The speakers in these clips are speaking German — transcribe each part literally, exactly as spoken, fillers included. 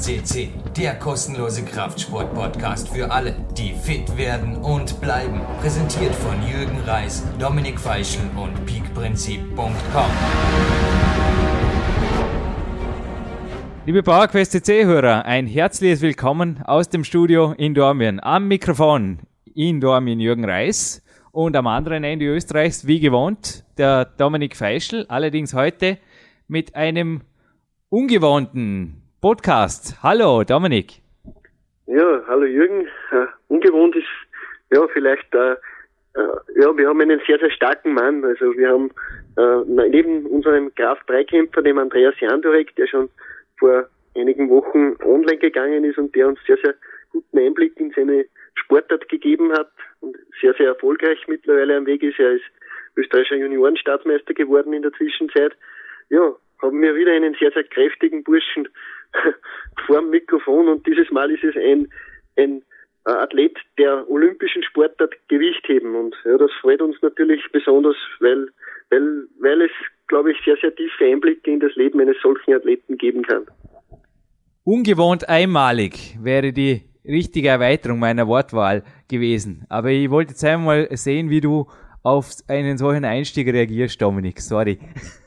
C C, der kostenlose Kraftsport-Podcast für alle, die fit werden und bleiben. Präsentiert von Jürgen Reis, Dominik Feischl und peakprinzip punkt com. Liebe PowerQuest C C-Hörer, ein herzliches Willkommen aus dem Studio in Dormien. Am Mikrofon in Dormien Jürgen Reis und am anderen Ende Österreichs, wie gewohnt, der Dominik Feischl. Allerdings heute mit einem ungewohnten Podcast. Hallo Dominik. Ja, hallo Jürgen. Uh, ungewohnt ist, ja, vielleicht, uh, uh, ja, wir haben einen sehr, sehr starken Mann. Also wir haben uh, neben unserem Kraft-drei-Kämpfer, dem Andreas Jandorek, der schon vor einigen Wochen online gegangen ist und der uns sehr, sehr guten Einblick in seine Sportart gegeben hat und sehr, sehr erfolgreich mittlerweile am Weg ist. Er ist österreichischer Juniorenstaatsmeister geworden in der Zwischenzeit. Ja, haben wir wieder einen sehr, sehr kräftigen Burschen vor dem Mikrofon und dieses Mal ist es ein, ein Athlet der olympischen Sportart Gewichtheben und ja, das freut uns natürlich besonders, weil, weil, weil es, glaube ich, sehr, sehr tiefe Einblicke in das Leben eines solchen Athleten geben kann. Ungewohnt einmalig wäre die richtige Erweiterung meiner Wortwahl gewesen. Aber ich wollte jetzt einmal sehen, wie du auf einen solchen Einstieg reagierst, Dominik. Sorry.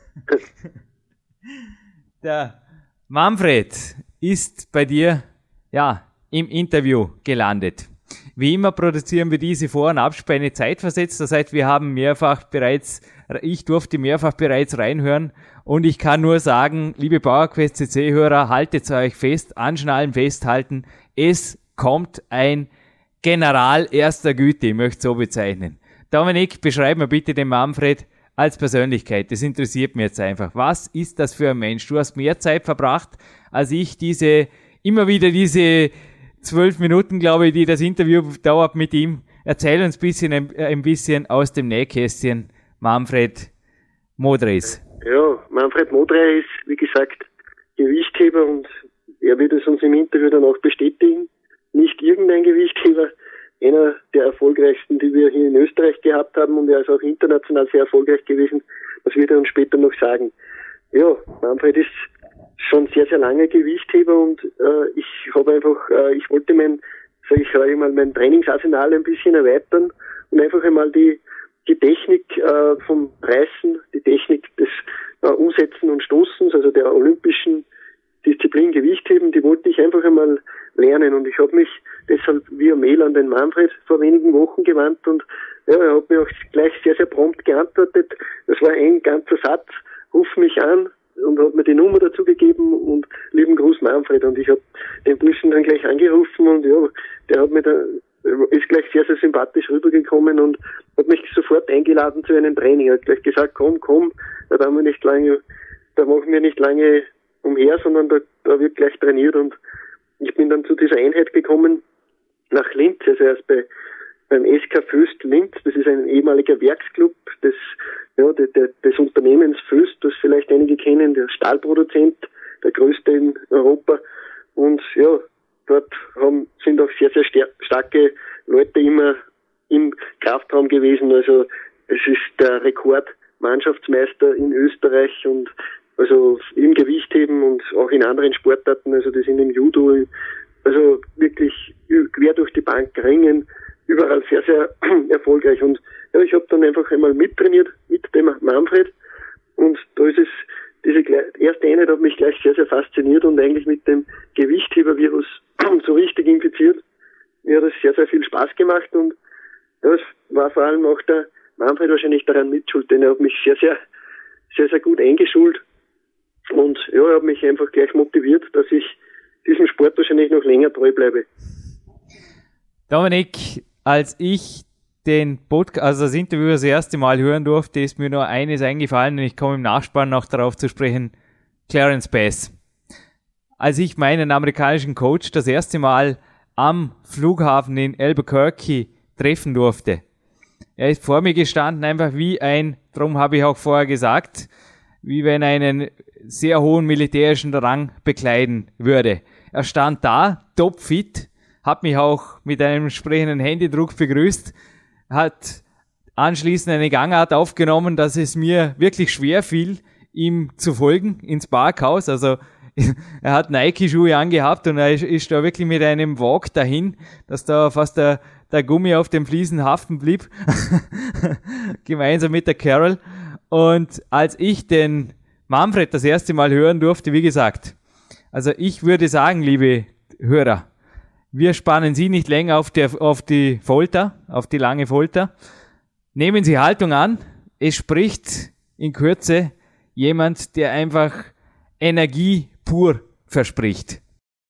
Der Manfred ist bei dir, ja, im Interview gelandet. Wie immer produzieren wir diese Vor- und Abspäne zeitversetzt. Das heißt, wir haben mehrfach bereits, ich durfte mehrfach bereits reinhören und ich kann nur sagen, liebe PowerQuest C C-Hörer, haltet euch fest, anschnallen, festhalten. Es kommt ein General erster Güte, ich möchte es so bezeichnen. Dominik, beschreib mir bitte den Manfred als Persönlichkeit. Das interessiert mich jetzt einfach. Was ist das für ein Mensch? Du hast mehr Zeit verbracht, als ich diese, immer wieder diese zwölf Minuten, glaube ich, die das Interview dauert mit ihm. Erzähl uns ein bisschen, ein, ein bisschen aus dem Nähkästchen, Manfred Modres. Ja, Manfred Modres ist, wie gesagt, Gewichtheber und er wird es uns im Interview dann auch bestätigen. Nicht irgendein Gewichtheber, einer der erfolgreichsten, die wir hier in Österreich gehabt haben und er ist auch international sehr erfolgreich gewesen. Das wird er uns später noch sagen. Ja, Manfred ist schon sehr, sehr lange Gewichtheber und äh, ich habe einfach, äh, ich wollte mein, sag ich mal, mein Trainingsarsenal ein bisschen erweitern und einfach einmal die die Technik äh, vom Reißen, die Technik des äh, Umsetzen und Stoßens, also der olympischen Disziplin Gewichtheben, die wollte ich einfach einmal lernen und ich habe mich deshalb via Mail an den Manfred vor wenigen Wochen gewandt und ja, er hat mir auch gleich sehr, sehr prompt geantwortet. Das war ein ganzer Satz, ruf mich an und hat mir die Nummer dazu gegeben und lieben Gruß Manfred und ich habe den Burschen dann gleich angerufen und ja, der hat mir da ist gleich sehr, sehr sympathisch rübergekommen und hat mich sofort eingeladen zu einem Training. Er hat gleich gesagt, komm, komm, da haben wir nicht lange, da machen wir nicht lange umher, sondern da, da wird gleich trainiert und ich bin dann zu dieser Einheit gekommen nach Linz, also erst bei beim S K Föst Linz, das ist ein ehemaliger Werksclub des, ja, de, de, des Unternehmens Föst, das vielleicht einige kennen, der Stahlproduzent, der größte in Europa und ja, dort haben, sind auch sehr, sehr ster- starke Leute immer im Kraftraum gewesen. Also es ist der Rekordmannschaftsmeister in Österreich und also im Gewichtheben und auch in anderen Sportarten. Also die sind im Judo, also wirklich quer durch die Bank ringen, überall sehr, sehr erfolgreich. Und ja, ich habe dann einfach einmal mittrainiert mit dem Manfred und da ist es diese erste Einheit hat mich gleich sehr, sehr fasziniert und eigentlich mit dem Gewichtheber-Virus so richtig infiziert. Mir hat es sehr, sehr viel Spaß gemacht und das war vor allem auch der Manfred wahrscheinlich daran mitschuld, denn er hat mich sehr, sehr, sehr, sehr gut eingeschult und ja, er hat mich einfach gleich motiviert, dass ich diesem Sport wahrscheinlich noch länger treu bleibe. Dominik, als ich den Podcast, also das Interview das erste Mal hören durfte, ist mir nur eines eingefallen und ich komme im Nachspann noch darauf zu sprechen, Clarence Bass. Als ich meinen amerikanischen Coach das erste Mal am Flughafen in Albuquerque treffen durfte, er ist vor mir gestanden, einfach wie ein, darum habe ich auch vorher gesagt, wie wenn er einen sehr hohen militärischen Rang bekleiden würde. Er stand da, topfit, hat mich auch mit einem entsprechenden Händedruck begrüßt, hat anschließend eine Gangart aufgenommen, dass es mir wirklich schwer fiel, ihm zu folgen ins Parkhaus. Also er hat Nike-Schuhe angehabt und er ist, ist da wirklich mit einem Walk dahin, dass da fast der, der Gummi auf den Fliesen haften blieb. Gemeinsam mit der Carol. Und als ich den Manfred das erste Mal hören durfte, wie gesagt, also ich würde sagen, liebe Hörer, wir spannen Sie nicht länger auf, der, auf die Folter, auf die lange Folter. Nehmen Sie Haltung an. Es spricht in Kürze jemand, der einfach Energie pur verspricht.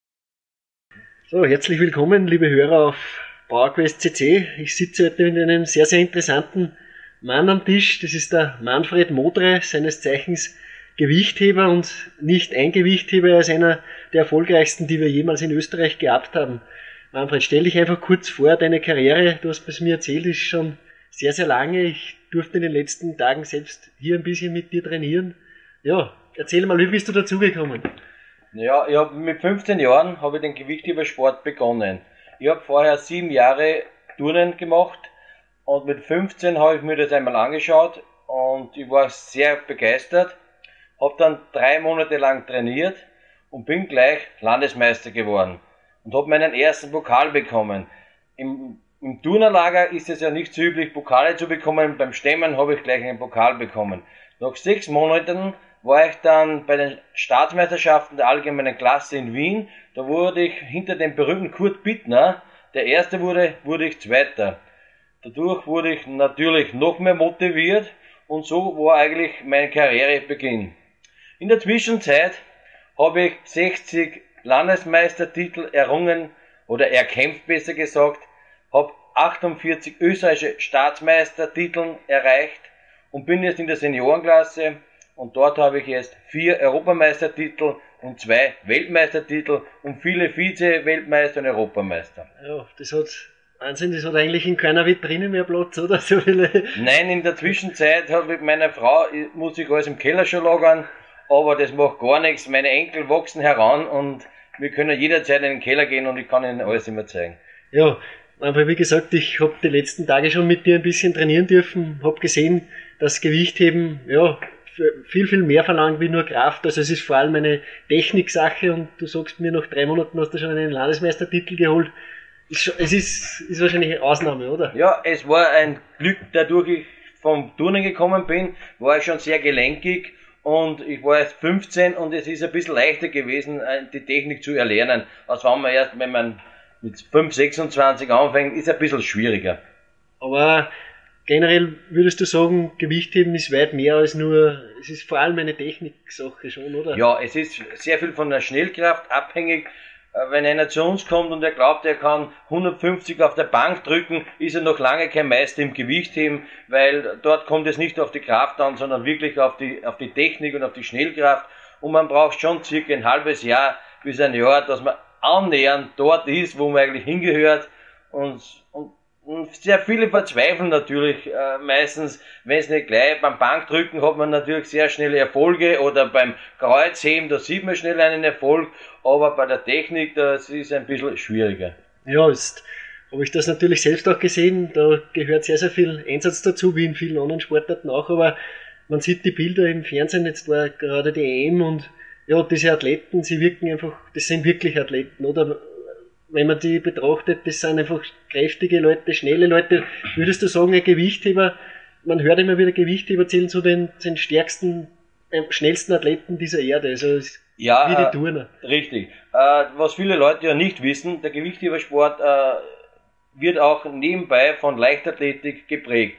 So, herzlich willkommen, liebe Hörer auf PowerQuest C C. Ich sitze heute mit einem sehr, sehr interessanten Mann am Tisch. Das ist der Manfred Modre, seines Zeichens Gewichtheber und nicht ein Gewichtheber, er ist einer der erfolgreichsten, die wir jemals in Österreich gehabt haben. Manfred, stell dich einfach kurz vor, deine Karriere, du hast es mir erzählt, ist schon sehr, sehr lange. Ich durfte in den letzten Tagen selbst hier ein bisschen mit dir trainieren. Ja, erzähl mal, wie bist du dazugekommen? Ja, ich hab, mit fünfzehn Jahren habe ich den Gewichthebersport begonnen. Ich habe vorher sieben Jahre Turnen gemacht und mit fünfzehn habe ich mir das einmal angeschaut und ich war sehr begeistert. Habe dann drei Monate lang trainiert und bin gleich Landesmeister geworden und habe meinen ersten Pokal bekommen. Im, im Turnerlager ist es ja nicht so üblich, Pokale zu bekommen. Beim Stemmen habe ich gleich einen Pokal bekommen. Nach sechs Monaten war ich dann bei den Staatsmeisterschaften der allgemeinen Klasse in Wien. Da wurde ich hinter dem berühmten Kurt Bittner, der Erste wurde, wurde ich Zweiter. Dadurch wurde ich natürlich noch mehr motiviert und so war eigentlich mein Karrierebeginn. In der Zwischenzeit habe ich sechzig Landesmeistertitel errungen oder erkämpft, besser gesagt, habe achtundvierzig österreichische Staatsmeistertitel erreicht und bin jetzt in der Seniorenklasse und dort habe ich jetzt vier Europameistertitel und zwei Weltmeistertitel und viele Vize-Weltmeister und Europameister. Ja, das hat Wahnsinn, das hat eigentlich in keiner Vitrine mehr Platz, oder? So viele. Nein, in der Zwischenzeit habe ich meiner Frau, muss ich alles im Keller schon lagern, aber das macht gar nichts. Meine Enkel wachsen heran und wir können jederzeit in den Keller gehen und ich kann ihnen alles immer zeigen. Ja, aber wie gesagt, ich habe die letzten Tage schon mit dir ein bisschen trainieren dürfen, habe gesehen, dass Gewichtheben ja viel, viel mehr verlangt wie nur Kraft. Also es ist vor allem eine Techniksache und du sagst mir, nach drei Monaten hast du schon einen Landesmeistertitel geholt. Es ist, ist wahrscheinlich eine Ausnahme, oder? Ja, es war ein Glück, dadurch ich vom Turnen gekommen bin, war ich schon sehr gelenkig und ich war jetzt fünfzehn und es ist ein bisschen leichter gewesen, die Technik zu erlernen, als wenn man erst, wenn man mit fünf, sechsundzwanzig anfängt, ist ein bisschen schwieriger. Aber generell würdest du sagen, Gewichtheben ist weit mehr als nur, es ist vor allem eine Techniksache schon, oder? Ja, es ist sehr viel von der Schnellkraft abhängig. Wenn einer zu uns kommt und er glaubt, er kann hundertfünfzig auf der Bank drücken, ist er noch lange kein Meister im Gewichtheben, weil dort kommt es nicht auf die Kraft an, sondern wirklich auf die, auf die Technik und auf die Schnellkraft. Und man braucht schon circa ein halbes Jahr bis ein Jahr, dass man annähernd dort ist, wo man eigentlich hingehört. Und, und, und sehr viele verzweifeln natürlich äh, meistens, wenn es nicht gleich beim Bankdrücken hat man natürlich sehr schnelle Erfolge oder beim Kreuzheben, da sieht man schnell einen Erfolg, aber bei der Technik, das ist ein bisschen schwieriger. Ja, ist, habe ich das natürlich selbst auch gesehen, da gehört sehr, sehr viel Einsatz dazu, wie in vielen anderen Sportarten auch, aber man sieht die Bilder im Fernsehen, jetzt war gerade die E M und ja, diese Athleten, sie wirken einfach, das sind wirklich Athleten, oder? Wenn man die betrachtet, das sind einfach kräftige Leute, schnelle Leute. Würdest du sagen, ein Gewichtheber, man hört immer wieder, Gewichtheber zählen zu den, den stärksten, äh, schnellsten Athleten dieser Erde, also ja, wie die Turner. Äh, richtig. Äh, was viele Leute ja nicht wissen, der Gewichthebersport äh, wird auch nebenbei von Leichtathletik geprägt.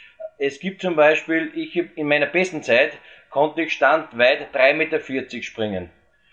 Es gibt zum Beispiel, ich in meiner besten Zeit konnte ich standweit drei Meter vierzig springen.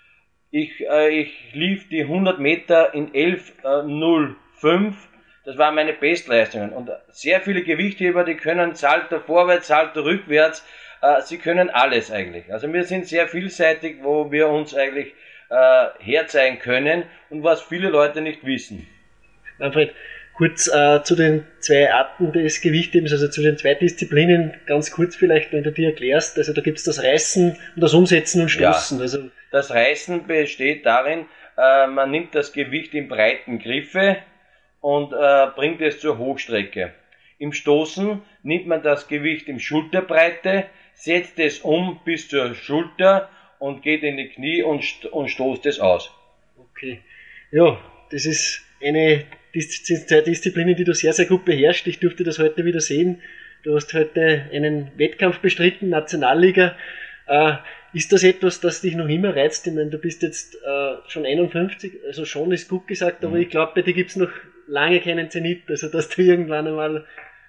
Ich, äh, ich lief die hundert Meter in elf null fünf, das waren meine Bestleistungen. Und sehr viele Gewichtheber, die können Salto vorwärts, Salto rückwärts, äh, sie können alles eigentlich. Also wir sind sehr vielseitig, wo wir uns eigentlich äh, herzeigen können und was viele Leute nicht wissen. Manfred, kurz äh, zu den zwei Arten des Gewichthebens, also zu den zwei Disziplinen, ganz kurz vielleicht, wenn du dir erklärst. Also da gibt es das Reißen und das Umsetzen und Stoßen. Ja, also das Reißen besteht darin, äh, man nimmt das Gewicht in breiten Griffe und äh, bringt es zur Hochstrecke. Im Stoßen nimmt man das Gewicht in Schulterbreite, setzt es um bis zur Schulter und geht in die Knie und, st- und stoßt es aus. Okay. Ja, das ist eine Dis- zwei Disziplinen, die du sehr, sehr gut beherrschst. Ich durfte das heute wieder sehen. Du hast heute einen Wettkampf bestritten, Nationalliga. Äh, ist das etwas, das dich noch immer reizt? Ich meine, du bist jetzt äh, schon einundfünfzig, also schon ist gut gesagt, aber mhm. ich glaube, bei dir gibt's noch lange keinen Zenit, also dass du irgendwann einmal...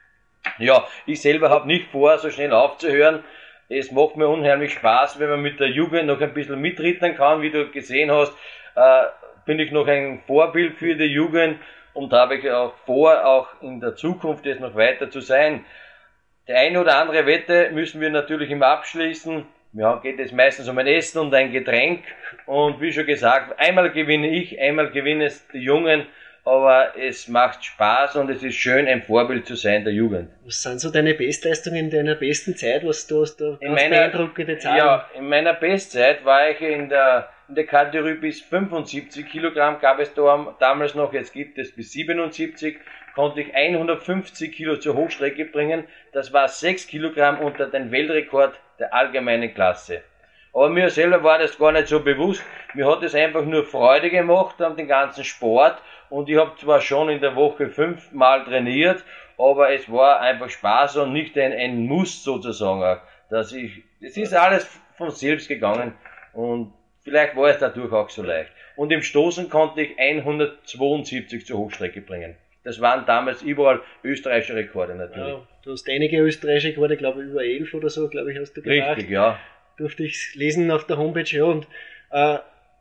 Ja, ich selber habe nicht vor, so schnell aufzuhören. Es macht mir unheimlich Spaß, wenn man mit der Jugend noch ein bisschen mitrittern kann. Wie du gesehen hast, äh, bin ich noch ein Vorbild für die Jugend und da habe ich auch vor, auch in der Zukunft es noch weiter zu sein. Die eine oder andere Wette müssen wir natürlich immer abschließen. Ja, geht es meistens um ein Essen und ein Getränk. Und wie schon gesagt, einmal gewinne ich, einmal gewinnen es die Jungen. Aber es macht Spaß und es ist schön, ein Vorbild zu sein der Jugend. Was sind so deine Bestleistungen in deiner besten Zeit? Was du hast da ganz beeindruckende Zahlen? Ja, in meiner Bestzeit war ich in der, in der Kategorie bis fünfundsiebzig Kilogramm, gab es da damals noch, jetzt gibt es bis siebenundsiebzig, konnte ich hundertfünfzig Kilo zur Hochstrecke bringen. Das war sechs Kilogramm unter den Weltrekord der allgemeinen Klasse. Aber mir selber war das gar nicht so bewusst. Mir hat es einfach nur Freude gemacht an den ganzen Sport. Und ich habe zwar schon in der Woche fünfmal trainiert, aber es war einfach Spaß und nicht ein, ein Muss sozusagen. Dass ich, es ist alles von selbst gegangen und vielleicht war es dadurch auch so leicht. Und im Stoßen konnte ich hundertzweiundsiebzig zur Hochstrecke bringen. Das waren damals überall österreichische Rekorde natürlich. Ja, du hast einige österreichische Rekorde, glaube ich über elf oder so, glaube ich, hast du gemacht. Richtig, ja. Durfte ich lesen auf der Homepage, ja, und äh,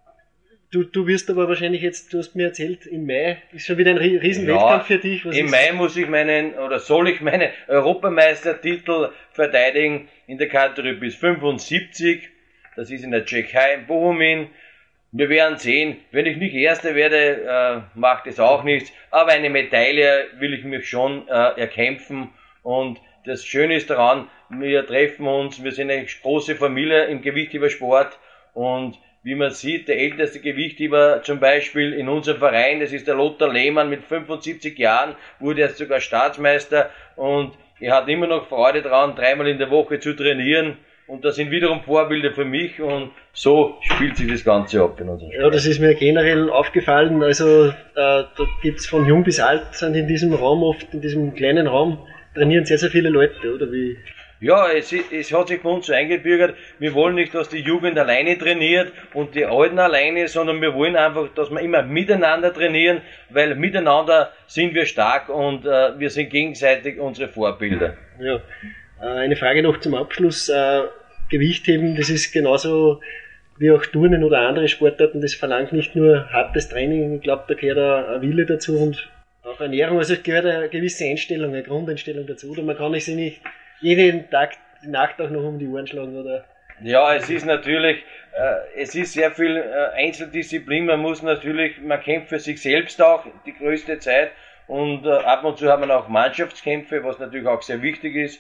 Du, du wirst aber wahrscheinlich jetzt, du hast mir erzählt, im Mai ist schon wieder ein Riesenwettkampf ja, für dich. Was Im Mai muss ich meinen, oder soll ich meinen Europameistertitel verteidigen in der Kategorie bis fünfundsiebzig. Das ist in der Tschechei, in Bohumin. Wir werden sehen. Wenn ich nicht Erster werde, äh, macht es auch nichts. Aber eine Medaille will ich mich schon äh, erkämpfen. Und das Schöne ist daran, wir treffen uns, wir sind eine große Familie im Gewichthebersport und wie man sieht, der älteste Gewichtheber zum Beispiel in unserem Verein, das ist der Lothar Lehmann mit fünfundsiebzig Jahren, wurde jetzt sogar Staatsmeister und er hat immer noch Freude daran, dreimal in der Woche zu trainieren und das sind wiederum Vorbilder für mich und so spielt sich das Ganze ab in unserem Sport. Ja, das ist mir generell aufgefallen, also äh, da gibt's von jung bis alt, sind in diesem Raum oft, in diesem kleinen Raum, trainieren sehr, sehr viele Leute, oder wie? Ja, es, es hat sich bei uns so eingebürgert, wir wollen nicht, dass die Jugend alleine trainiert und die Alten alleine, sondern wir wollen einfach, dass wir immer miteinander trainieren, weil miteinander sind wir stark und äh, wir sind gegenseitig unsere Vorbilder. Ja, äh, eine Frage noch zum Abschluss. Äh, Gewichtheben, das ist genauso wie auch Turnen oder andere Sportarten, das verlangt nicht nur hartes Training, ich glaube, da gehört auch ein Wille dazu und auch Ernährung, also es gehört eine gewisse Einstellung, eine Grundeinstellung dazu, oder man kann sich nicht jeden Tag, die Nacht auch noch um die Ohren schlagen, oder? Ja, es ist natürlich, äh, es ist sehr viel äh, Einzeldisziplin, man muss natürlich, man kämpft für sich selbst auch die größte Zeit und äh, ab und zu hat man auch Mannschaftskämpfe, was natürlich auch sehr wichtig ist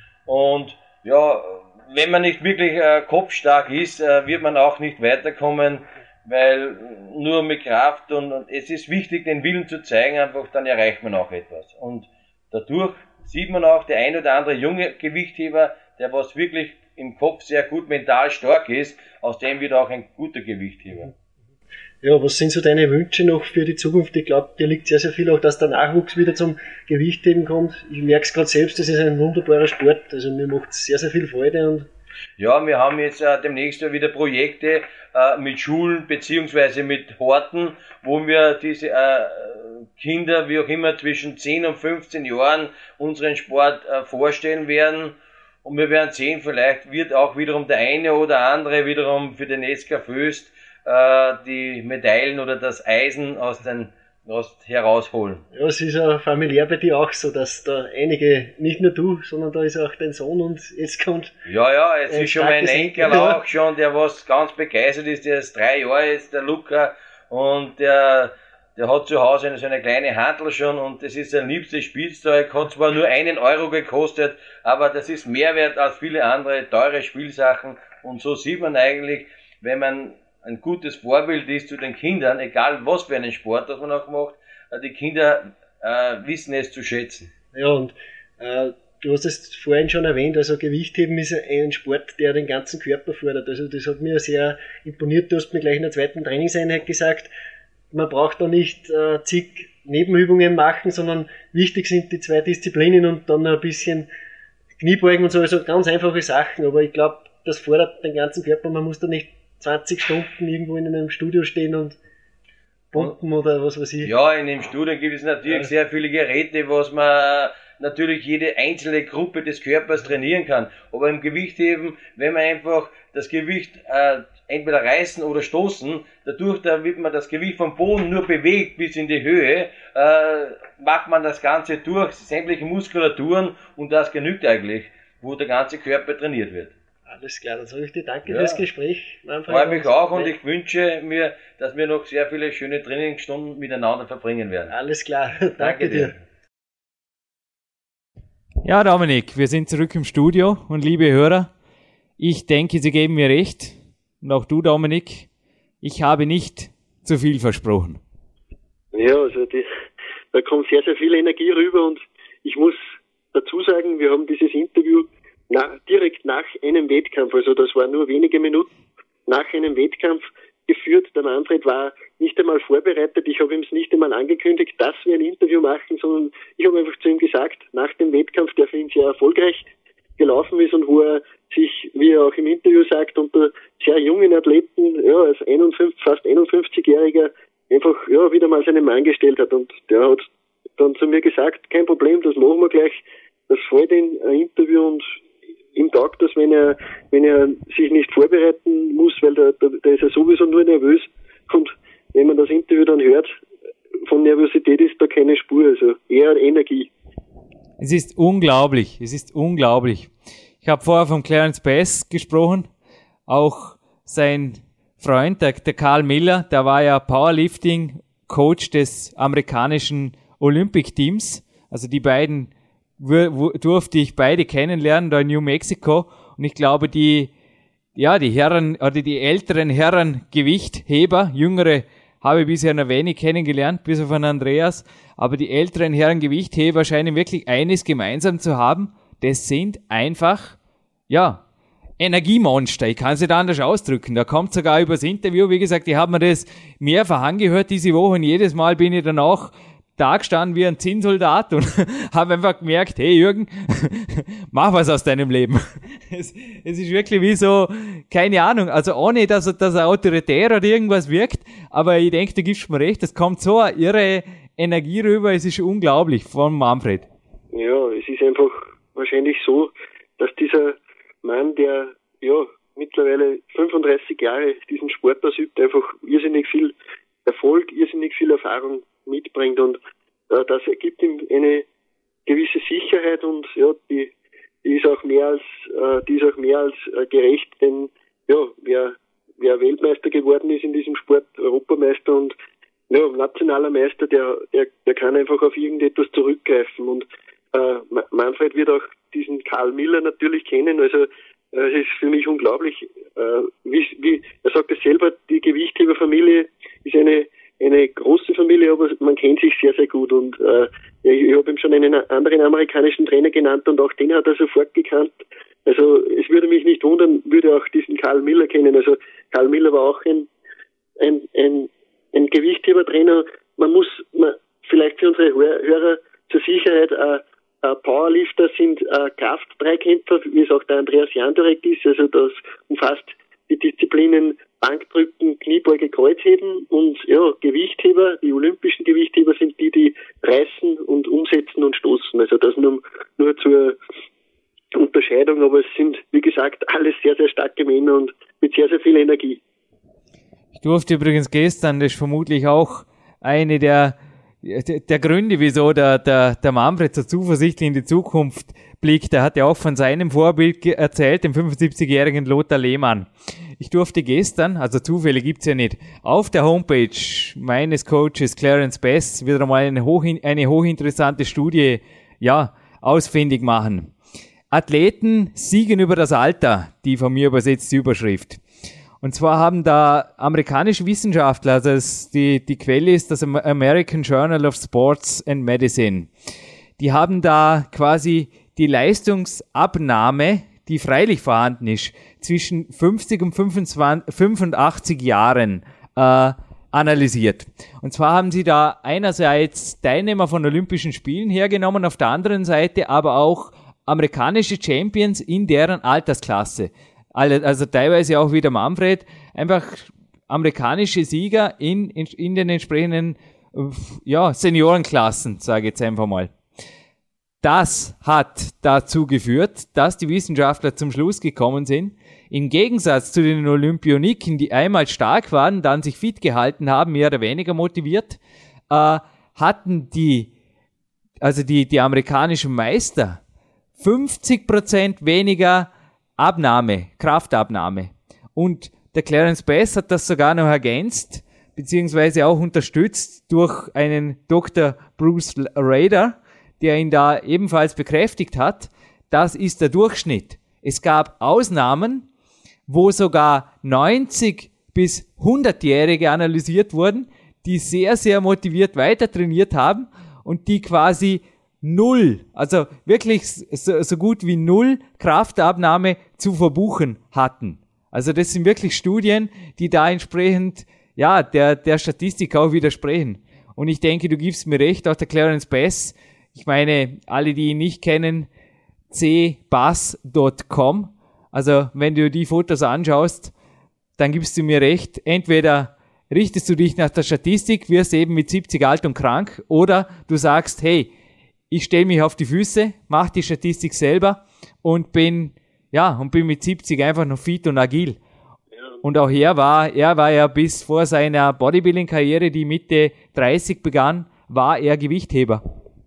und ja, wenn man nicht wirklich äh, kopfstark ist, äh, wird man auch nicht weiterkommen, weil nur mit Kraft und, und es ist wichtig, den Willen zu zeigen, einfach dann erreicht man auch etwas und dadurch sieht man auch, der ein oder andere junge Gewichtheber, der was wirklich im Kopf sehr gut mental stark ist, aus dem wird auch ein guter Gewichtheber. Ja, was sind so deine Wünsche noch für die Zukunft? Ich glaube, dir liegt sehr, sehr viel auch, dass der Nachwuchs wieder zum Gewichtheben kommt. Ich merke es gerade selbst, das ist ein wunderbarer Sport, also mir macht es sehr, sehr viel Freude. Und ja, wir haben jetzt äh, demnächst wieder Projekte äh, mit Schulen beziehungsweise mit Horten, wo wir diese äh, Kinder, wie auch immer, zwischen zehn und fünfzehn Jahren unseren Sport äh, vorstellen werden. Und wir werden sehen, vielleicht wird auch wiederum der eine oder andere wiederum für den S K Föst äh, die Medaillen oder das Eisen aus den aus herausholen. Ja, es ist ja familiär bei dir auch so, dass da einige, nicht nur du, sondern da ist auch dein Sohn und jetzt kommt... Ja, ja, jetzt ist schon mein Enkel ja. auch schon, der was ganz begeistert ist, der ist drei Jahre jetzt, der Luca, und der, der hat zu Hause so eine kleine Handel schon und das ist sein liebstes Spielzeug, hat zwar nur einen Euro gekostet, aber das ist mehr wert als viele andere teure Spielsachen und so sieht man eigentlich, wenn man ein gutes Vorbild ist zu den Kindern, egal was für einen Sport das man auch macht, die Kinder äh, wissen es zu schätzen. Ja, und äh, du hast es vorhin schon erwähnt, also Gewichtheben ist ein Sport, der den ganzen Körper fordert. Also das hat mir sehr imponiert. Du hast mir gleich in der zweiten Trainingseinheit gesagt, man braucht da nicht äh, zig Nebenübungen machen, sondern wichtig sind die zwei Disziplinen und dann ein bisschen Kniebeugen und so, also ganz einfache Sachen. Aber ich glaube, das fordert den ganzen Körper. Man muss da nicht zwanzig Stunden irgendwo in einem Studio stehen und pumpen oder was weiß ich. Ja, in dem Studio gibt es natürlich ja. sehr viele Geräte, was man natürlich jede einzelne Gruppe des Körpers trainieren kann. Aber im Gewichtheben, wenn man einfach das Gewicht äh, entweder reißen oder stoßen, dadurch, da wird man das Gewicht vom Boden nur bewegt bis in die Höhe, äh, macht man das Ganze durch, sämtliche Muskulaturen und das genügt eigentlich, wo der ganze Körper trainiert wird. Alles klar, dann sage ich dir danke ja. fürs Gespräch. Freue mich auch und ich wünsche mir, dass wir noch sehr viele schöne Trainingsstunden miteinander verbringen werden. Alles klar, danke, danke dir. dir. Ja, Dominik, wir sind zurück im Studio und liebe Hörer, ich denke, Sie geben mir recht und auch du, Dominik, ich habe nicht zu viel versprochen. Ja, also die, da kommt sehr, sehr viel Energie rüber und ich muss dazu sagen, wir haben dieses Interview Na, direkt nach einem Wettkampf, also das war nur wenige Minuten nach einem Wettkampf geführt. Der Manfred war nicht einmal vorbereitet, ich habe ihm es nicht einmal angekündigt, dass wir ein Interview machen, sondern ich habe einfach zu ihm gesagt, nach dem Wettkampf, der für ihn sehr erfolgreich gelaufen ist und wo er sich, wie er auch im Interview sagt, unter sehr jungen Athleten, ja, als einundfünfzig, fast einundfünfzigjähriger einfach ja wieder mal seinen Mann gestellt hat und der hat dann zu mir gesagt, kein Problem, das machen wir gleich, das freut ihn, ein Interview und ihm taugt das, wenn er, wenn er sich nicht vorbereiten muss, weil da, da, da ist er sowieso nur nervös. Und wenn man das Interview dann hört, von Nervosität ist da keine Spur, also eher Energie. Es ist unglaublich, es ist unglaublich. Ich habe vorher von Clarence Bass gesprochen, auch sein Freund, der, der Karl Miller, der war ja Powerlifting-Coach des amerikanischen Olympic-Teams, also die beiden durfte ich beide kennenlernen, da in New Mexico. Und ich glaube, die, ja, die Herren, oder die älteren Herren Gewichtheber, jüngere habe ich bisher noch wenig kennengelernt, bis auf einen Andreas. Aber die älteren Herren Gewichtheber scheinen wirklich eines gemeinsam zu haben. Das sind einfach, ja, Energiemonster. Ich kann es nicht anders ausdrücken. Da kommt sogar übers Interview, wie gesagt, ich habe mir das mehrfach angehört diese Woche und jedes Mal bin ich dann auch da gestanden wie ein Zinnsoldat und habe einfach gemerkt, hey Jürgen, mach was aus deinem Leben. Es, es ist wirklich wie so, keine Ahnung, also ohne, dass er, dass er autoritär oder irgendwas wirkt, aber ich denke, du gibst mir recht, es kommt so eine irre Energie rüber, es ist unglaublich von Manfred. Ja, es ist einfach wahrscheinlich so, dass dieser Mann, der ja mittlerweile fünfunddreißig Jahre diesen Sport ausübt, einfach irrsinnig viel Erfolg, irrsinnig viel Erfahrung mitbringt und äh, das ergibt ihm eine gewisse Sicherheit und ja, die, die ist auch mehr als äh, die ist auch mehr als äh, gerecht, denn ja, wer wer Weltmeister geworden ist in diesem Sport, Europameister und ja, nationaler Meister, der der der kann einfach auf irgendetwas zurückgreifen und äh, Manfred wird auch diesen Karl Miller natürlich kennen, also äh, es ist für mich unglaublich, äh, wie, wie er sagt es selber, die Gewichtheberfamilie ist eine eine große Familie, aber man kennt sich sehr, sehr gut und äh, ich habe ihm schon einen anderen amerikanischen Trainer genannt und auch den hat er sofort gekannt. Also es würde mich nicht wundern, würde auch diesen Karl Miller kennen. Also Karl Miller war auch ein ein, ein, ein Gewichthebertrainer. Man muss man, vielleicht für unsere Hörer zur Sicherheit äh, äh, Powerlifter sind äh, Kraft-Dreikämpfer, wie es auch der Andreas Jandorek ist. Also das umfasst die Disziplinen Bankdrücken, Kniebeuge, Kreuzheben und ja, Gewichtheber, die olympischen Gewichtheber sind die, die reißen und umsetzen und stoßen. Also das nur, nur zur Unterscheidung, aber es sind, wie gesagt, alles sehr, sehr starke Männer und mit sehr, sehr viel Energie. Ich durfte übrigens gestern, das ist vermutlich auch eine der, der Gründe, wieso der, der, der Manfred so zuversichtlich in die Zukunft blickt. Er hat ja auch von seinem Vorbild erzählt, dem fünfundsiebzigjährigen Lothar Lehmann. Ich durfte gestern, also Zufälle gibt's ja nicht, auf der Homepage meines Coaches Clarence Bass wieder einmal eine, hoch, eine hochinteressante Studie, ja, ausfindig machen. Athleten siegen über das Alter, die von mir übersetzte Überschrift. Und zwar haben da amerikanische Wissenschaftler, also das, die, die Quelle ist das American Journal of Sports and Medicine, die haben da quasi die Leistungsabnahme, die freilich vorhanden ist, zwischen fünfzig und fünfundzwanzig, fünfundachtzig Jahren äh, analysiert. Und zwar haben sie da einerseits Teilnehmer von Olympischen Spielen hergenommen, auf der anderen Seite aber auch amerikanische Champions in deren Altersklasse. Also teilweise auch wieder Manfred, einfach amerikanische Sieger in, in, in den entsprechenden ja, Seniorenklassen, sage ich jetzt einfach mal. Das hat dazu geführt, dass die Wissenschaftler zum Schluss gekommen sind, im Gegensatz zu den Olympioniken, die einmal stark waren, dann sich fit gehalten haben, mehr oder weniger motiviert, äh, hatten die, also die, die amerikanischen Meister fünfzig Prozent weniger Abnahme, Kraftabnahme. Und der Clarence Bass hat das sogar noch ergänzt, beziehungsweise auch unterstützt durch einen Doktor Bruce Rader, der ihn da ebenfalls bekräftigt hat. Das ist der Durchschnitt. Es gab Ausnahmen, wo sogar neunzig bis hundertjährige analysiert wurden, die sehr, sehr motiviert weiter trainiert haben und die quasi null, also wirklich so, so gut wie null Kraftabnahme zu verbuchen hatten. Also das sind wirklich Studien, die da entsprechend ja der, der Statistik auch widersprechen. Und ich denke, du gibst mir recht, auch der Clarence Bass, ich meine, alle, die ihn nicht kennen, c bass punkt com. Also, wenn du die Fotos anschaust, dann gibst du mir recht. Entweder richtest du dich nach der Statistik, wirst eben mit siebzig alt und krank, oder du sagst, hey, ich stelle mich auf die Füße, mach die Statistik selber und bin, ja, und bin mit siebzig einfach noch fit und agil. Und auch er war, er war ja bis vor seiner Bodybuilding-Karriere, die Mitte dreißig begann, war er Gewichtheber.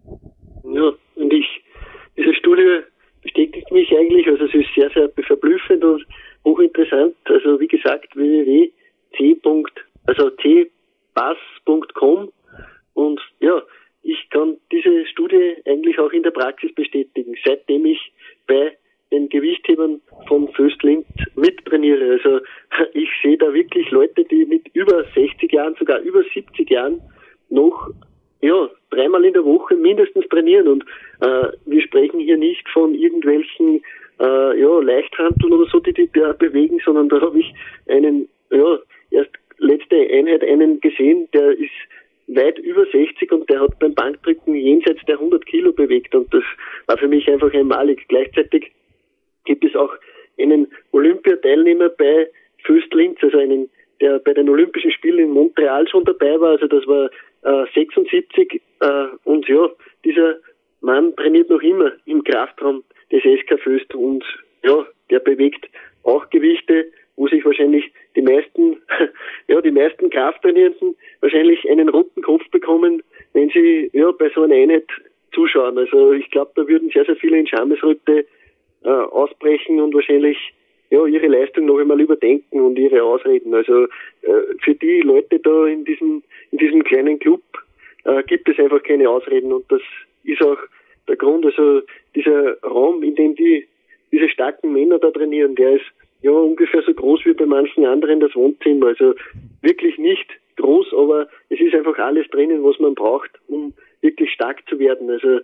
Ja, und ich, diese Studie bestätigt mich eigentlich, also es ist sehr, sehr verblüffend und hochinteressant. Also wie gesagt, w w w punkt c. also c bass punkt com und ja, ich kann diese Studie eigentlich auch in der Praxis bestätigen, seitdem ich bei den Gewichthebern von Föst-Linz mittrainiere. Also ich sehe da wirklich Leute, die mit über sechzig Jahren, sogar über siebzig Jahren noch ja, dreimal in der Woche mindestens trainieren und äh, wir sprechen hier nicht von irgendwelchen äh, ja, Leichthanteln oder so, die die da bewegen, sondern da habe ich einen, ja, erst letzte Einheit einen gesehen, der ist weit über sechzig und der hat beim Bankdrücken jenseits der hundert Kilo bewegt und das war für mich einfach einmalig. Gleichzeitig gibt es auch einen Olympiateilnehmer bei Föst-Linz, also einen, der bei den Olympischen Spielen in Montreal schon dabei war, also das war äh, sechsundsiebzig äh, und ja, dieser Mann trainiert noch immer im Kraftraum des S K Föst und ja, der bewegt auch Gewichte, wo sich wahrscheinlich die meisten, ja, die meisten Krafttrainierenden wahrscheinlich einen roten Kopf bekommen, wenn sie ja bei so einer Einheit zuschauen. Also ich glaube, da würden sehr, sehr viele in Schamesröte äh, ausbrechen und wahrscheinlich ja ihre Leistung noch einmal überdenken und ihre Ausreden. Also äh, für die Leute da in diesem in diesem kleinen Club äh, gibt es einfach keine Ausreden und das ist auch der Grund. Also dieser Raum, in dem die diese starken Männer da trainieren, der ist ja ungefähr so groß wie bei manchen anderen das Wohnzimmer. Also wirklich nicht groß, aber es ist einfach alles drinnen, was man braucht, um wirklich stark zu werden. Also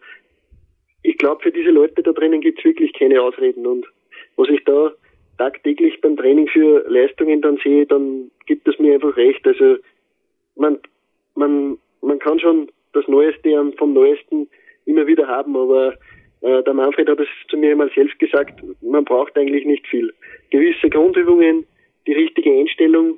ich glaube, für diese Leute da drinnen gibt es wirklich keine Ausreden und was ich da tagtäglich beim Training für Leistungen dann sehe, dann gibt es mir einfach recht. Also man man man kann schon das Neueste vom Neuesten immer wieder haben, aber äh, der Manfred hat es zu mir einmal selbst gesagt, man braucht eigentlich nicht viel. Gewisse Grundübungen, die richtige Einstellung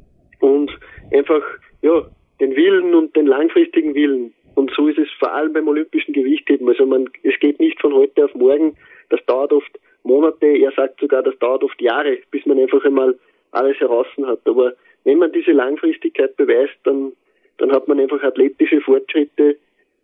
und einfach ja den Willen und den langfristigen Willen. Und so ist es vor allem beim olympischen Gewichtheben. Also man, es geht nicht von heute auf morgen. Das dauert oft Monate. Er sagt sogar, das dauert oft Jahre, bis man einfach einmal alles heraus hat. Aber wenn man diese Langfristigkeit beweist, dann, dann hat man einfach athletische Fortschritte,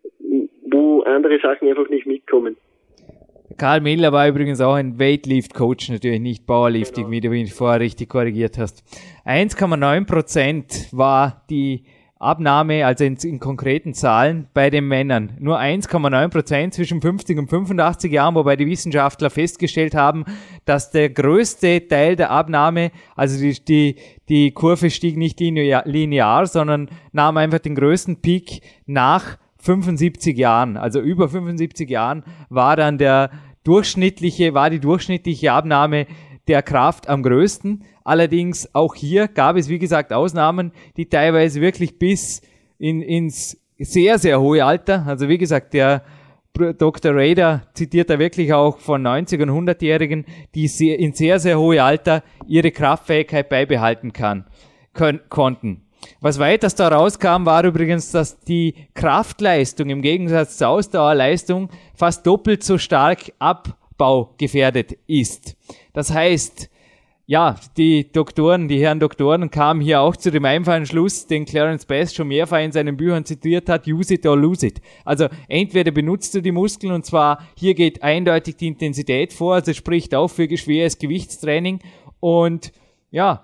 wo andere Sachen einfach nicht mitkommen. Karl Miller war übrigens auch ein Weightlift-Coach, natürlich nicht Powerlifting, Genau. wie du ihn vorher richtig korrigiert hast. eins Komma neun Prozent war die Abnahme, also in, in konkreten Zahlen, bei den Männern. Nur eins Komma neun Prozent zwischen fünfzig und fünfundachtzig Jahren, wobei die Wissenschaftler festgestellt haben, dass der größte Teil der Abnahme, also die, die, die Kurve stieg nicht linear, linear, sondern nahm einfach den größten Peak nach fünfundsiebzig Jahren. Also über fünfundsiebzig Jahren war dann der, durchschnittliche, war die durchschnittliche Abnahme der Kraft am größten. Allerdings auch hier gab es, wie gesagt, Ausnahmen, die teilweise wirklich bis in, ins sehr, sehr hohe Alter, also wie gesagt, der Doktor Rader zitiert da wirklich auch von neunzig- und hundertjährigen, die sehr, in sehr, sehr hohe Alter ihre Kraftfähigkeit beibehalten kann, können, konnten. Was weiters da rauskam, war übrigens, dass die Kraftleistung im Gegensatz zur Ausdauerleistung fast doppelt so stark abbaugefährdet ist. Das heißt, ja, die Doktoren, die Herren Doktoren kamen hier auch zu dem einfachen Schluss, den Clarence Bass schon mehrfach in seinen Büchern zitiert hat, use it or lose it. Also entweder benutzt du die Muskeln, und zwar hier geht eindeutig die Intensität vor, also spricht auch für schweres Gewichtstraining, und ja,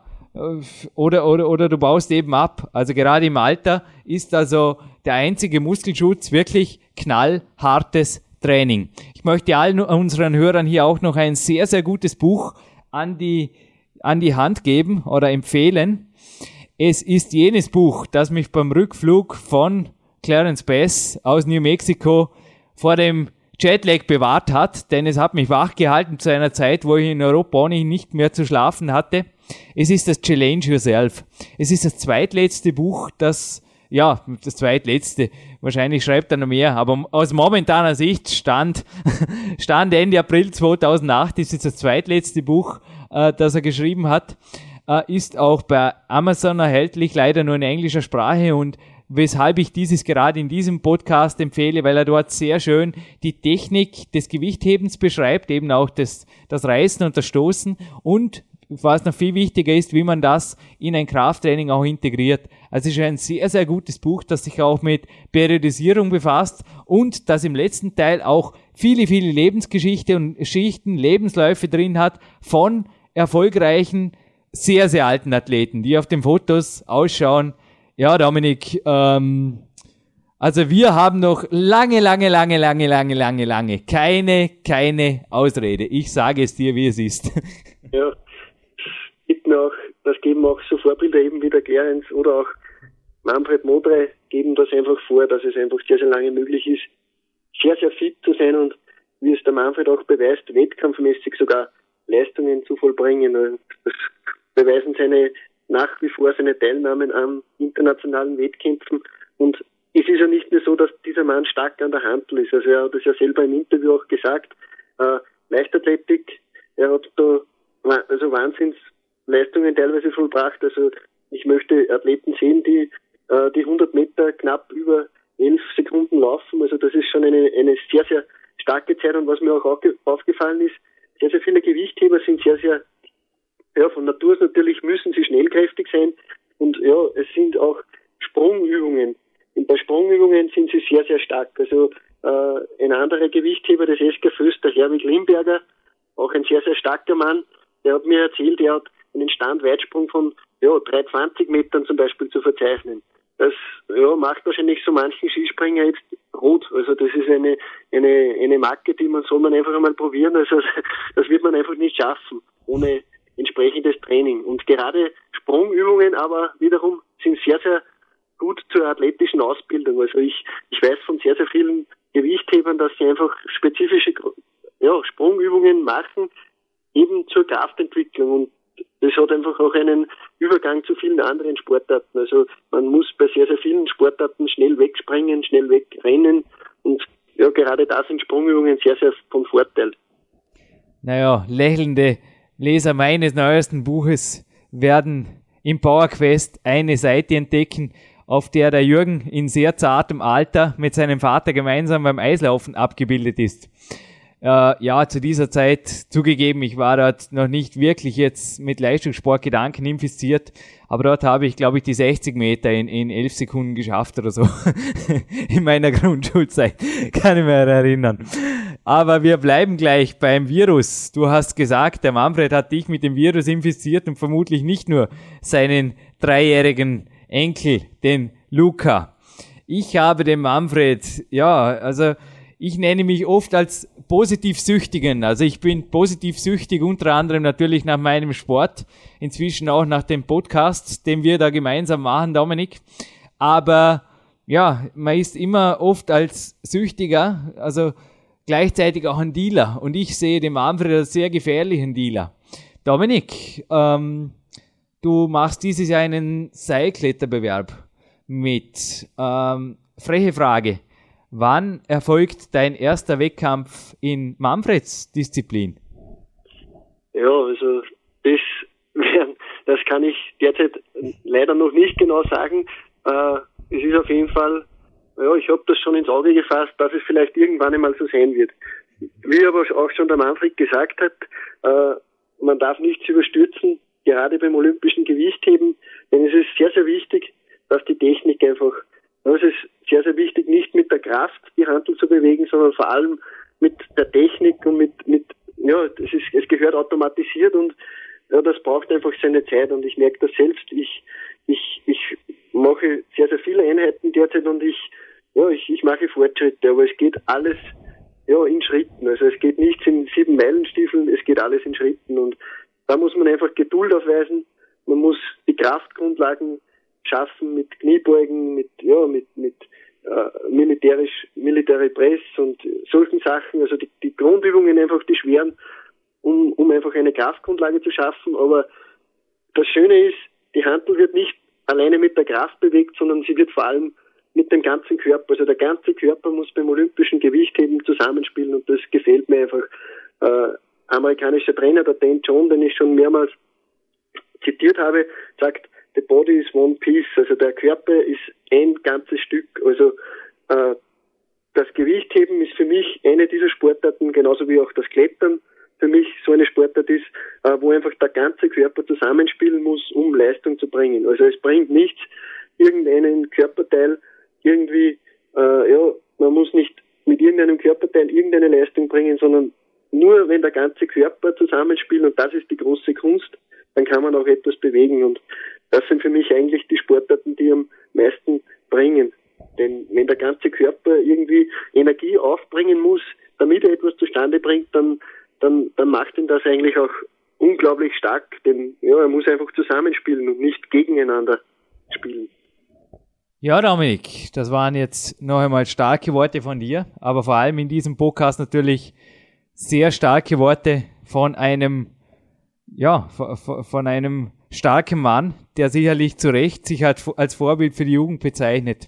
oder, oder, oder du baust eben ab. Also gerade im Alter ist also der einzige Muskelschutz wirklich knallhartes Training. Ich möchte allen unseren Hörern hier auch noch ein sehr, sehr gutes Buch an die an die Hand geben oder empfehlen. Es ist jenes Buch, das mich beim Rückflug von Clarence Bass aus New Mexico vor dem Jetlag bewahrt hat, denn es hat mich wach gehalten zu einer Zeit, wo ich in Europa ohnehin nicht mehr zu schlafen hatte. Es ist das Challenge Yourself. Es ist das zweitletzte Buch, das, ja, das zweitletzte, wahrscheinlich schreibt er noch mehr, aber aus momentaner Sicht stand, stand Ende April zweitausendacht, ist es das zweitletzte Buch, äh, das er geschrieben hat, äh, ist auch bei Amazon erhältlich, leider nur in englischer Sprache, und weshalb ich dieses gerade in diesem Podcast empfehle, weil er dort sehr schön die Technik des Gewichthebens beschreibt, eben auch das, das Reißen und das Stoßen, und was noch viel wichtiger ist, wie man das in ein Krafttraining auch integriert. Also es ist ein sehr, sehr gutes Buch, das sich auch mit Periodisierung befasst und das im letzten Teil auch viele, viele Lebensgeschichte und Schichten, Lebensläufe drin hat von erfolgreichen, sehr, sehr alten Athleten, die auf den Fotos ausschauen. Ja, Dominik, ähm, also wir haben noch lange, lange, lange, lange, lange, lange, lange keine, keine Ausrede. Ich sage es dir, wie es ist. Ja, bitten auch, das geben auch so Vorbilder eben wie der Clarence oder auch Manfred Modrey geben das einfach vor, dass es einfach sehr, sehr lange möglich ist, sehr, sehr fit zu sein und wie es der Manfred auch beweist, wettkampfmäßig sogar Leistungen zu vollbringen. Und das beweisen seine nach wie vor seine Teilnahmen an internationalen Wettkämpfen. Und es ist ja nicht nur so, dass dieser Mann stark an der Hantel ist. Also er hat das ja selber im Interview auch gesagt. Äh, Leichtathletik, er hat da also Wahnsinnsleistungen teilweise vollbracht. Also ich möchte Athleten sehen, die äh, die hundert Meter knapp über elf Sekunden laufen. Also das ist schon eine, eine sehr, sehr starke Zeit. Und was mir auch aufgefallen ist, sehr, sehr viele Gewichtheber sind sehr, sehr, ja, von Natur aus natürlich müssen sie schnellkräftig sein. Und ja, es sind auch Sprungübungen. Und bei Sprungübungen sind sie sehr, sehr stark. Also äh, ein anderer Gewichtheber des S K Föst, der Herwig Limberger, auch ein sehr, sehr starker Mann, der hat mir erzählt, er hat einen Standweitsprung von ja, dreihundertzwanzig Metern zum Beispiel zu verzeichnen. Das ja, macht wahrscheinlich so manchen Skispringer jetzt rot. Also das ist eine eine eine Marke, die man soll man einfach einmal probieren. Also das wird man einfach nicht schaffen ohne entsprechendes Training. Und gerade Sprungübungen aber wiederum sind sehr, sehr gut zur athletischen Ausbildung. Also ich ich weiß von sehr, sehr vielen Gewichthebern, dass sie einfach spezifische ja, Sprungübungen machen, eben zur Kraftentwicklung. Und das hat einfach auch einen Übergang zu vielen anderen Sportarten. Also man muss bei sehr, sehr vielen Sportarten schnell wegspringen, schnell wegrennen. Und ja, gerade da sind Sprungübungen sehr, sehr von Vorteil. Naja, lächelnde Leser meines neuesten Buches werden im PowerQuest eine Seite entdecken, auf der der Jürgen in sehr zartem Alter mit seinem Vater gemeinsam beim Eislaufen abgebildet ist. Äh, ja, zu dieser Zeit zugegeben, ich war dort noch nicht wirklich jetzt mit Leistungssportgedanken infiziert, aber dort habe ich, glaube ich, die sechzig Meter in, in elf Sekunden geschafft oder so in meiner Grundschulzeit, kann ich mich erinnern. Aber wir bleiben gleich beim Virus. Du hast gesagt, der Manfred hat dich mit dem Virus infiziert und vermutlich nicht nur seinen dreijährigen Enkel, den Luca. Ich habe den Manfred, ja, also ich nenne mich oft als positiv Süchtigen. Also ich bin positiv süchtig, unter anderem natürlich nach meinem Sport, inzwischen auch nach dem Podcast, den wir da gemeinsam machen, Dominik. Aber ja, man ist immer oft als Süchtiger, also gleichzeitig auch ein Dealer. Und ich sehe den Manfred als sehr gefährlichen Dealer. Dominik, ähm, du machst dieses Jahr einen Seilkletterbewerb mit. Ähm, freche Frage. Wann erfolgt dein erster Wettkampf in Manfreds Disziplin? Ja, also das, das kann ich derzeit leider noch nicht genau sagen. Äh, es ist auf jeden Fall, ja, ich habe das schon ins Auge gefasst, dass es vielleicht irgendwann einmal so sein wird. Wie aber auch schon der Manfred gesagt hat, äh, man darf nichts überstürzen, gerade beim olympischen Gewichtheben, denn es ist sehr, sehr wichtig, dass die Technik einfach, ja, es ist sehr, sehr wichtig, nicht mit der Kraft die Hantel zu bewegen, sondern vor allem mit der Technik und mit, mit ja, es ist, es gehört automatisiert und ja, das braucht einfach seine Zeit und ich merke das selbst. Ich, ich, ich mache sehr, sehr viele Einheiten derzeit und ich, ja, ich, ich mache Fortschritte, aber es geht alles, ja, in Schritten. Also es geht nichts in sieben Meilenstiefeln, es geht alles in Schritten und da muss man einfach Geduld aufweisen. Man muss die Kraftgrundlagen schaffen mit Kniebeugen, mit, ja, mit, mit, äh, militärisch, Military Press und solchen Sachen. Also die, die Grundübungen einfach, die schweren, um, um einfach eine Kraftgrundlage zu schaffen. Aber das Schöne ist, die Hantel wird nicht alleine mit der Kraft bewegt, sondern sie wird vor allem mit dem ganzen Körper. Also der ganze Körper muss beim olympischen Gewichtheben zusammenspielen und das gefällt mir einfach. Äh, amerikanischer Trainer, der Dan John, den ich schon mehrmals zitiert habe, sagt, the body is one piece, also der Körper ist ein ganzes Stück. Also äh, das Gewichtheben ist für mich eine dieser Sportarten, genauso wie auch das Klettern für mich so eine Sportart ist, äh, wo einfach der ganze Körper zusammenspielen muss, um Leistung zu bringen. Also es bringt nichts, irgendeinen Körperteil irgendwie, äh, ja, man muss nicht mit irgendeinem Körperteil irgendeine Leistung bringen, sondern nur wenn der ganze Körper zusammenspielt, und das ist die große Kunst, dann kann man auch etwas bewegen. Und das sind für mich eigentlich die Sportarten, die am meisten bringen. Denn wenn der ganze Körper irgendwie Energie aufbringen muss, damit er etwas zustande bringt, dann, dann, dann macht ihn das eigentlich auch unglaublich stark. Denn ja, er muss einfach zusammenspielen und nicht gegeneinander spielen. Ja, Dominik, das waren jetzt noch einmal starke Worte von dir, aber vor allem in diesem Podcast natürlich sehr starke Worte von einem, ja, von einem starken Mann, der sicherlich zu Recht sich als Vorbild für die Jugend bezeichnet.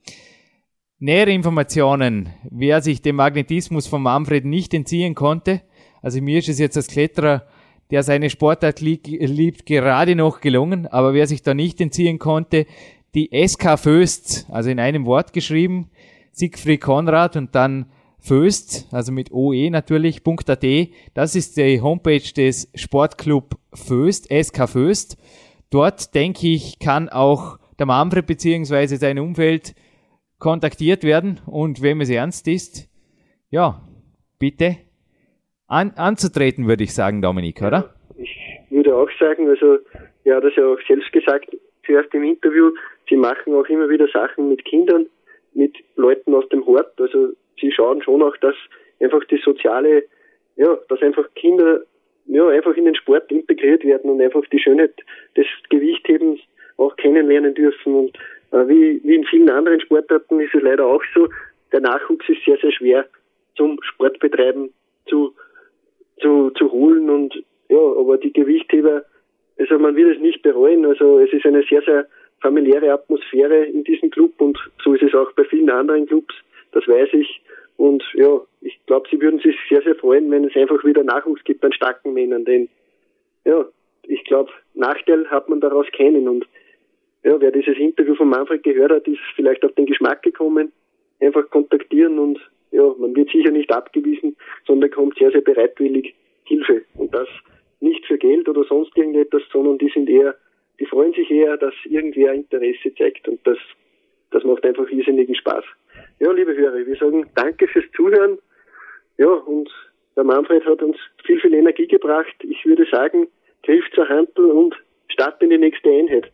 Nähere Informationen, wer sich dem Magnetismus von Manfred nicht entziehen konnte, also mir ist es jetzt als Kletterer, der seine Sportart liebt, gerade noch gelungen, aber wer sich da nicht entziehen konnte, die S K Föst, also in einem Wort geschrieben, Siegfried Konrad und dann Föst, also mit O E natürlich, .at, das ist die Homepage des Sportclub Föst, S K Föst. Dort, denke ich, kann auch der Manfred bzw. sein Umfeld kontaktiert werden und wem es ernst ist, ja, bitte an, anzutreten, würde ich sagen, Dominik, oder? Ja, ich würde auch sagen, also, ja, das ja auch selbst gesagt, zuerst im Interview, sie machen auch immer wieder Sachen mit Kindern, mit Leuten aus dem Hort, also sie schauen schon auch, dass einfach die soziale, ja, dass einfach Kinder, ja, einfach in den Sport integriert werden und einfach die Schönheit des Gewichthebens auch kennenlernen dürfen. Und äh, wie, wie in vielen anderen Sportarten ist es leider auch so, der Nachwuchs ist sehr, sehr schwer zum Sportbetreiben zu, zu, zu holen und, ja, aber die Gewichtheber, also man wird es nicht bereuen, also es ist eine sehr, sehr familiäre Atmosphäre in diesem Club und so ist es auch bei vielen anderen Clubs, das weiß ich. Und ja, ich glaube, sie würden sich sehr, sehr freuen, wenn es einfach wieder Nachwuchs gibt an starken Männern, denn ja, ich glaube, Nachteil hat man daraus keinen und ja, wer dieses Interview von Manfred gehört hat, ist vielleicht auf den Geschmack gekommen, einfach kontaktieren und ja, man wird sicher nicht abgewiesen, sondern bekommt sehr, sehr bereitwillig Hilfe und das nicht für Geld oder sonst irgendetwas, sondern die sind eher, die freuen sich eher, dass irgendwer Interesse zeigt und das, das macht einfach irrsinnigen Spaß. Ja, liebe Hörer, wir sagen danke fürs Zuhören. Ja, und der Manfred hat uns viel, viel Energie gebracht. Ich würde sagen, Griff zur Hantel und Start in die nächste Einheit.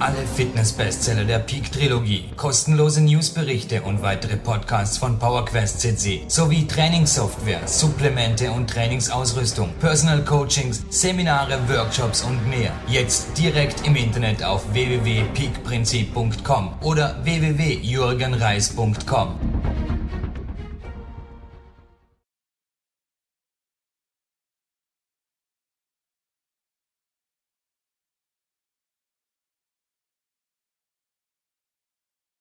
alle Fitness-Bestseller der Peak-Trilogie, kostenlose Newsberichte und weitere Podcasts von PowerQuest C C sowie Trainingssoftware, Supplemente und Trainingsausrüstung, Personal Coachings, Seminare, Workshops und mehr. Jetzt direkt im Internet auf w w w punkt peak prinzip punkt com oder w w w punkt jürgen reis punkt com.